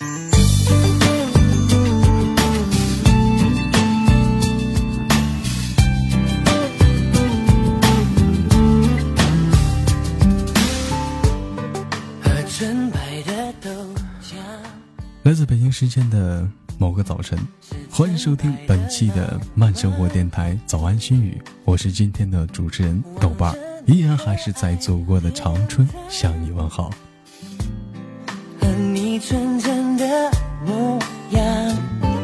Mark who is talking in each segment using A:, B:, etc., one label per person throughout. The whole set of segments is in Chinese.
A: 来自北京时间的某个早晨，欢迎收听本期的慢生活电台早安心语，我是今天的主持人豆瓣，依然还是在祖国的长春向你问好。
B: 和你纯真的模样，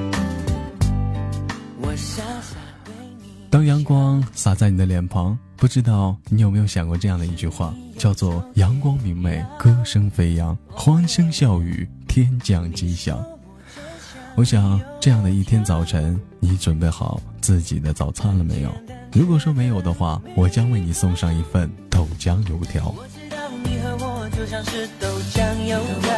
B: 我傻傻对你。
A: 当阳光洒在你的脸庞，不知道你有没有想过这样的一句话，叫做阳光明媚，歌声飞扬，欢声笑语，天降吉祥。我想这样的一天早晨，你准备好自己的早餐了没有？如果说没有的话，我将为你送上一份豆浆油条。
B: 我知道你和我就像是豆浆油条，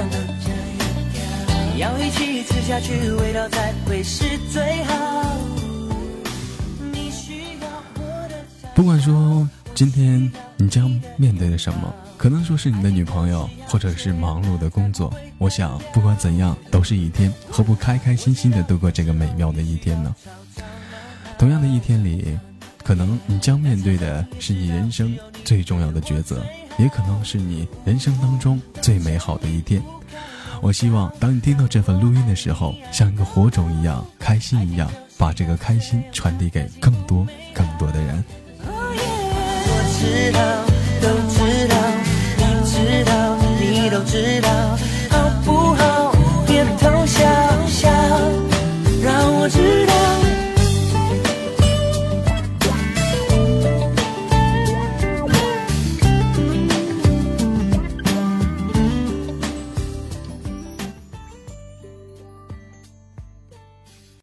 B: 要一起吃下去，味道才会是最好。你需要我的。
A: 不管说今天你将面对的什么，可能说是你的女朋友，或者是忙碌的工作，我想不管怎样都是一天，何不开开心心的度过这个美妙的一天呢？同样的一天里，可能你将面对的是你人生最重要的抉择，也可能是你人生当中最美好的一天。我希望当你听到这份录音的时候，像一个火种一样，开心一样，把这个开心传递给更多的人。
B: 我知道，都知道，你知道，你都知道，